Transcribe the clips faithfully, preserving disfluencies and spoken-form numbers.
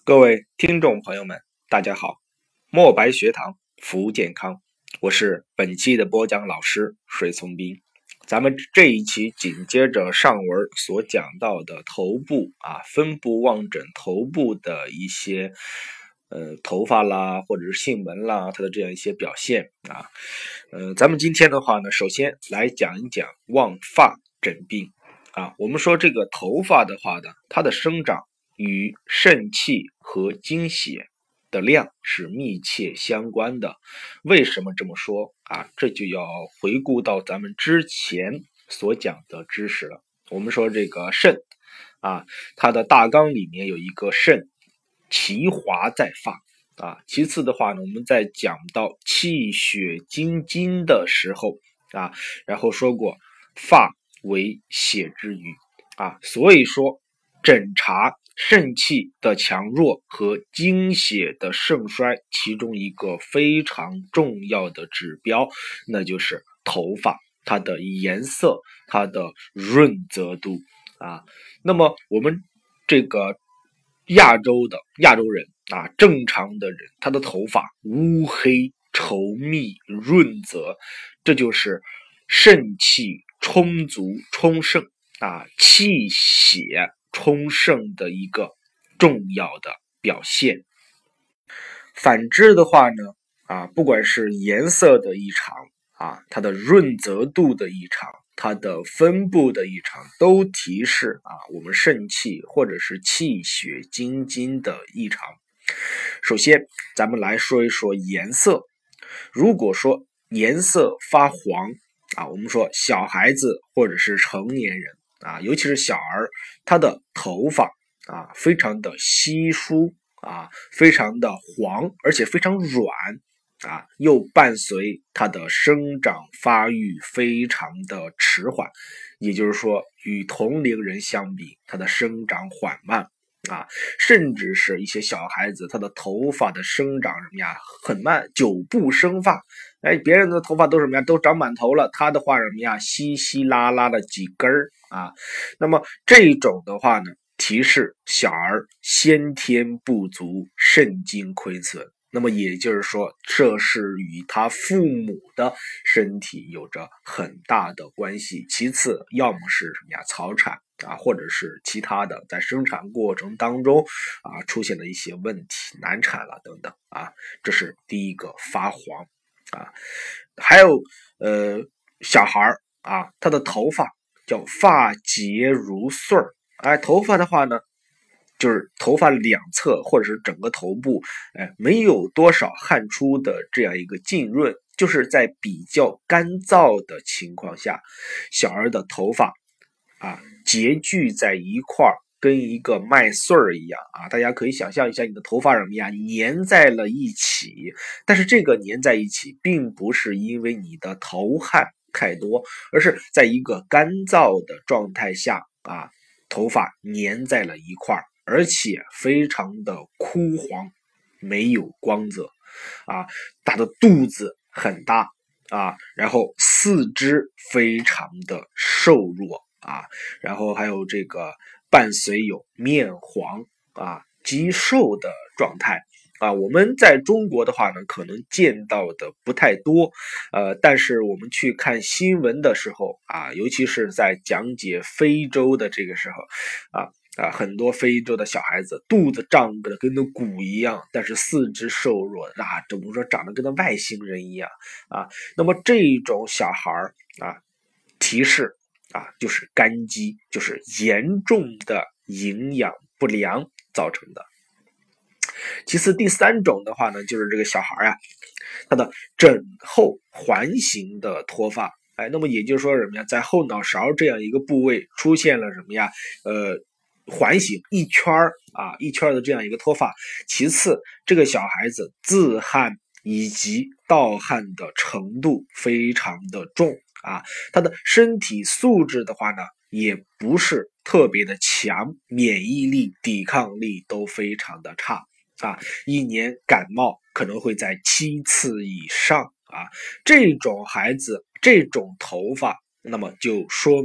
各位听众朋友们，大家好，墨白学堂服务健康，我是本期的播讲老师水从斌。咱们这一期紧接着上文所讲到的头部啊分布望诊头部的一些呃头发啦或者是性纹啦，它的这样一些表现啊，呃，咱们今天的话呢，首先来讲一讲望发诊病啊。我们说这个头发的话呢，它的生长与肾气和精血的量是密切相关的。为什么这么说啊？这就要回顾到咱们之前所讲的知识了。我们说这个肾啊，它的大纲里面有一个肾，其华在发啊。其次的话呢，我们在讲到气血精津的时候啊，然后说过发为血之余啊，所以说诊查肾气的强弱和精血的盛衰，其中一个非常重要的指标，那就是头发，它的颜色，它的润泽度啊。那么我们这个亚洲的亚洲人啊，正常的人，他的头发乌黑、稠密、润泽，这就是肾气充足、充盛啊，气血充盛的一个重要的表现。反之的话呢，啊，不管是颜色的异常啊，它的润泽度的异常，它的分布的异常，都提示啊，我们肾气或者是气血精津的异常。首先，咱们来说一说颜色。如果说颜色发黄啊，我们说小孩子或者是成年人啊，尤其是小儿，他的头发啊非常的稀疏啊，非常的黄，而且非常软啊，又伴随它的生长发育非常的迟缓，也就是说与同龄人相比，它的生长缓慢啊，甚至是一些小孩子，他的头发的生长什么呀很慢，久不生发。哎，别人的头发都什么呀，都长满头了，他的话什么呀，稀稀拉拉的几根儿啊。那么这种的话呢，提示小儿先天不足，肾精亏损。那么也就是说，这是与他父母的身体有着很大的关系。其次，要么是什么呀，早产啊，或者是其他的，在生产过程当中啊出现了一些问题，难产了等等啊，这是第一个发黄啊。还有呃小孩啊，他的头发叫发结如穗儿，哎，头发的话呢，就是头发两侧或者是整个头部，哎，没有多少汗出的这样一个浸润，就是在比较干燥的情况下，小儿的头发啊结聚在一块儿，跟一个麦穗儿一样啊。大家可以想象一下，你的头发什么呀，粘在了一起，但是这个粘在一起，并不是因为你的头汗太多，而是在一个干燥的状态下啊，头发粘在了一块儿。而且非常的枯黄，没有光泽啊，他的肚子很大啊，然后四肢非常的瘦弱啊，然后还有这个伴随有面黄啊、肌瘦的状态啊。我们在中国的话呢，可能见到的不太多，呃，但是我们去看新闻的时候啊，尤其是在讲解非洲的这个时候啊。啊，很多非洲的小孩子肚子胀得跟那鼓一样，但是四肢瘦弱啊，这不说长得跟那外星人一样啊。那么这种小孩啊，提示啊，就是肝积，就是严重的营养不良造成的。其次，第三种的话呢，就是这个小孩啊，他的枕后环形的脱发，哎，那么也就是说什么呀，在后脑勺这样一个部位出现了什么呀？呃。环形一圈啊，一圈的这样一个脱发。其次，这个小孩子自汗以及盗汗的程度非常的重啊，他的身体素质的话呢，也不是特别的强，免疫力、抵抗力都非常的差啊，一年感冒可能会在七次以上啊。这种孩子，这种头发，那么就说明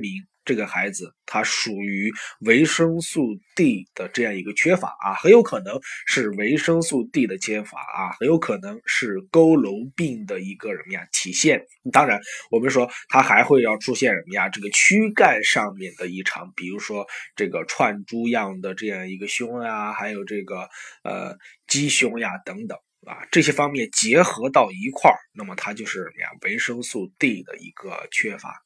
这个孩子他属于维生素 D 的这样一个缺乏啊，很有可能是维生素 D 的缺乏啊，很有可能是佝偻病的一个什么呀体现。当然，我们说它还会要出现什么呀？这个躯干上面的异常，比如说这个串珠样的这样一个胸啊，还有这个呃鸡胸呀等等。啊，这些方面结合到一块儿，那么它就是什么呀？维生素 D 的一个缺乏。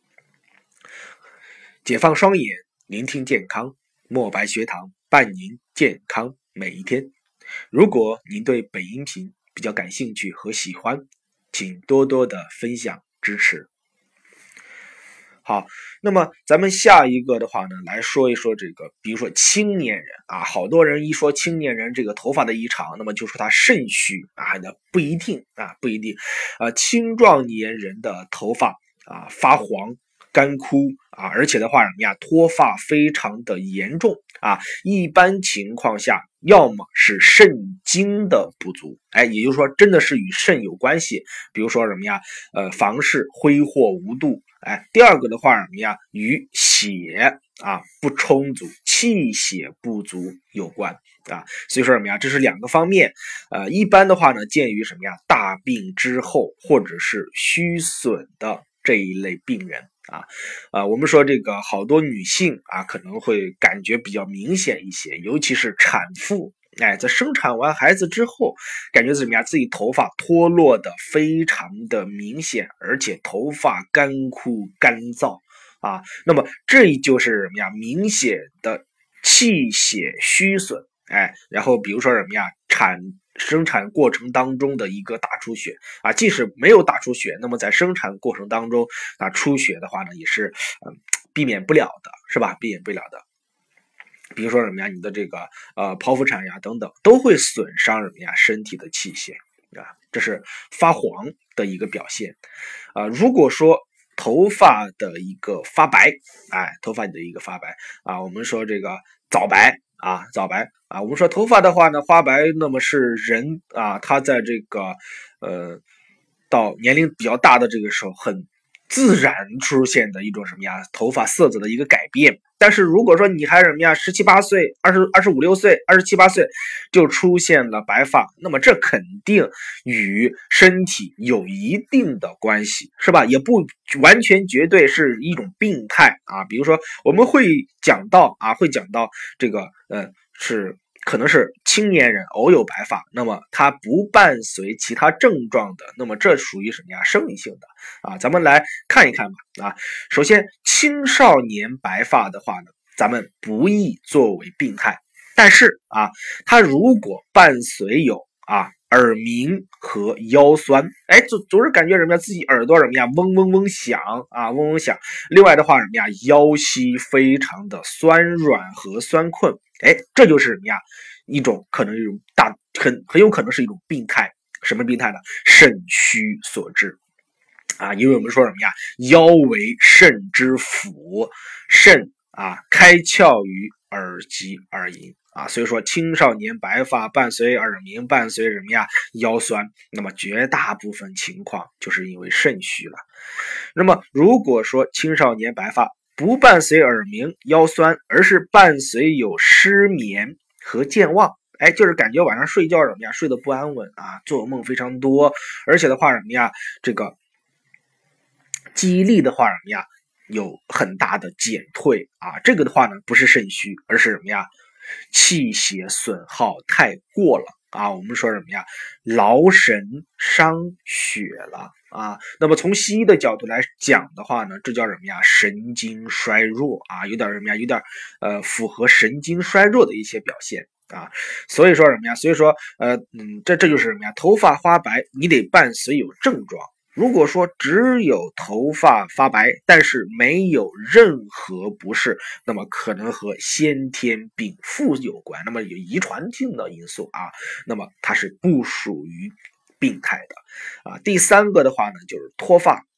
解放双眼，聆听健康，墨白学堂伴您健康每一天。如果您对本音频比较感兴趣和喜欢，请多多的分享支持。好，那么咱们下一个的话呢，来说一说这个，比如说青年人啊，好多人一说青年人这个头发的异常，那么就说他肾虚啊，那不一定啊，不一定，啊，青壮年人的头发啊发黄、干枯啊，而且的话什么呀，脱发非常的严重啊，一般情况下，要么是肾精的不足，哎，也就是说真的是与肾有关系，比如说什么呀，呃，房事挥霍无度。哎，第二个的话什么呀，与血啊不充足、气血不足有关啊，所以说什么呀，这是两个方面。呃，一般的话呢，见于什么呀，大病之后或者是虚损的这一类病人啊。呃，我们说这个好多女性啊，可能会感觉比较明显一些，尤其是产妇。哎，在生产完孩子之后，感觉怎么样？自己头发脱落的非常的明显，而且头发干枯干燥啊。那么这就是什么呀？明显的气血虚损。哎，然后比如说什么呀？产生产过程当中的一个大出血啊，即使没有大出血，那么在生产过程当中啊出血的话呢，也是嗯避免不了的，是吧？避免不了的。比如说什么呀，你的这个呃剖腹产呀等等，都会损伤什么呀身体的气血啊，这是发黄的一个表现啊。如果说头发的一个发白，哎，头发的一个发白啊，我们说这个早白啊，早白啊，我们说头发的话呢，发白，那么是人啊，他在这个呃到年龄比较大的这个时候很自然出现的一种什么呀，头发色泽的一个改变。但是如果说你还什么呀，十七八岁、二十二十五六岁、二十七八岁就出现了白发，那么这肯定与身体有一定的关系，是吧？也不完全绝对是一种病态啊。比如说我们会讲到啊，会讲到这个呃是。可能是青年人偶有白发，那么它不伴随其他症状的，那么这属于什么呀？生理性的啊，咱们来看一看吧啊。首先，青少年白发的话呢，咱们不宜作为病态，但是啊，它如果伴随有啊耳鸣和腰酸，哎，总总是感觉什么呀，自己耳朵什么呀，嗡嗡嗡响啊，嗡嗡响。另外的话什么呀，腰膝非常的酸软和酸困。哎，这就是什么呀？一种可能一种大很很有可能是一种病态，什么病态呢？肾虚所致啊，因为我们说什么呀？腰为肾之府，肾啊开窍于耳及耳龈啊，所以说青少年白发伴随耳鸣，伴随什么呀？腰酸，那么绝大部分情况就是因为肾虚了。那么如果说青少年白发不伴随耳鸣、腰酸，而是伴随有失眠和健忘，哎，就是感觉晚上睡觉什么呀，睡得不安稳啊，做梦非常多，而且的话什么呀，这个记忆力的话什么呀，有很大的减退啊，这个的话呢，不是肾虚，而是什么呀，气血损耗太过了啊，我们说什么呀，劳神伤血了。啊，那么从西医的角度来讲的话呢，这叫什么呀？神经衰弱啊，有点什么呀？有点呃符合神经衰弱的一些表现啊。所以说什么呀？所以说呃嗯，这这就是什么呀？头发发白，你得伴随有症状。如果说只有头发发白，但是没有任何不适，那么可能和先天禀赋有关，那么有遗传性的因素啊，那么它是不属于病态的啊。第三个的话呢，就是脱发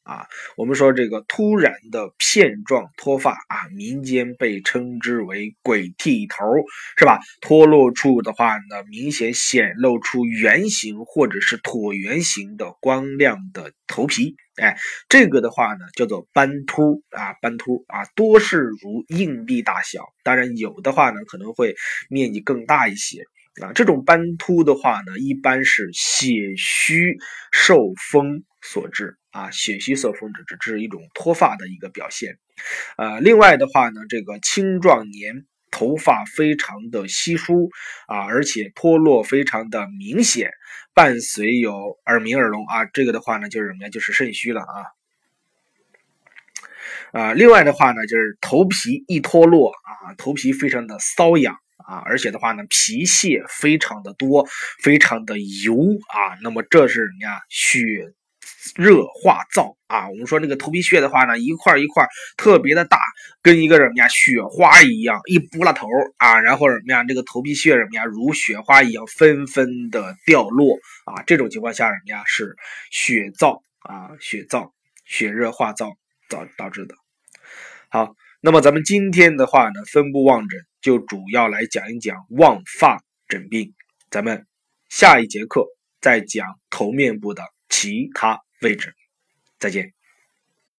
啊。我们说这个突然的片状脱发啊，民间被称之为鬼剃头，是吧？脱落处的话呢，明显显露出圆形或者是椭圆形的光亮的头皮，哎，这个的话呢叫做斑秃啊，斑秃啊，多是如硬币大小，当然有的话呢可能会面积更大一些。啊，这种斑秃的话呢，一般是血虚受风所致啊，血虚受风所致，这是一种脱发的一个表现。呃，另外的话呢，这个青壮年头发非常的稀疏啊，而且脱落非常的明显，伴随有耳鸣耳聋啊，这个的话呢就是什么呀？就是肾虚了啊。啊，另外的话呢，就是头皮一脱落啊，头皮非常的瘙痒。啊，而且的话呢，皮屑非常的多，非常的油啊。那么这是什么呀？血热化燥啊。我们说那个头皮屑的话呢，一块一块特别的大，跟一个什么呀雪花一样，一拨拉头啊，然后什么呀，这个头皮屑什么呀，如雪花一样纷纷的掉落啊。这种情况下什么呀，是血燥啊，血燥，血热化燥导导致的。好，那么咱们今天的话呢，分布望诊就主要来讲一讲望发诊病，咱们下一节课再讲头面部的其他位置，再见。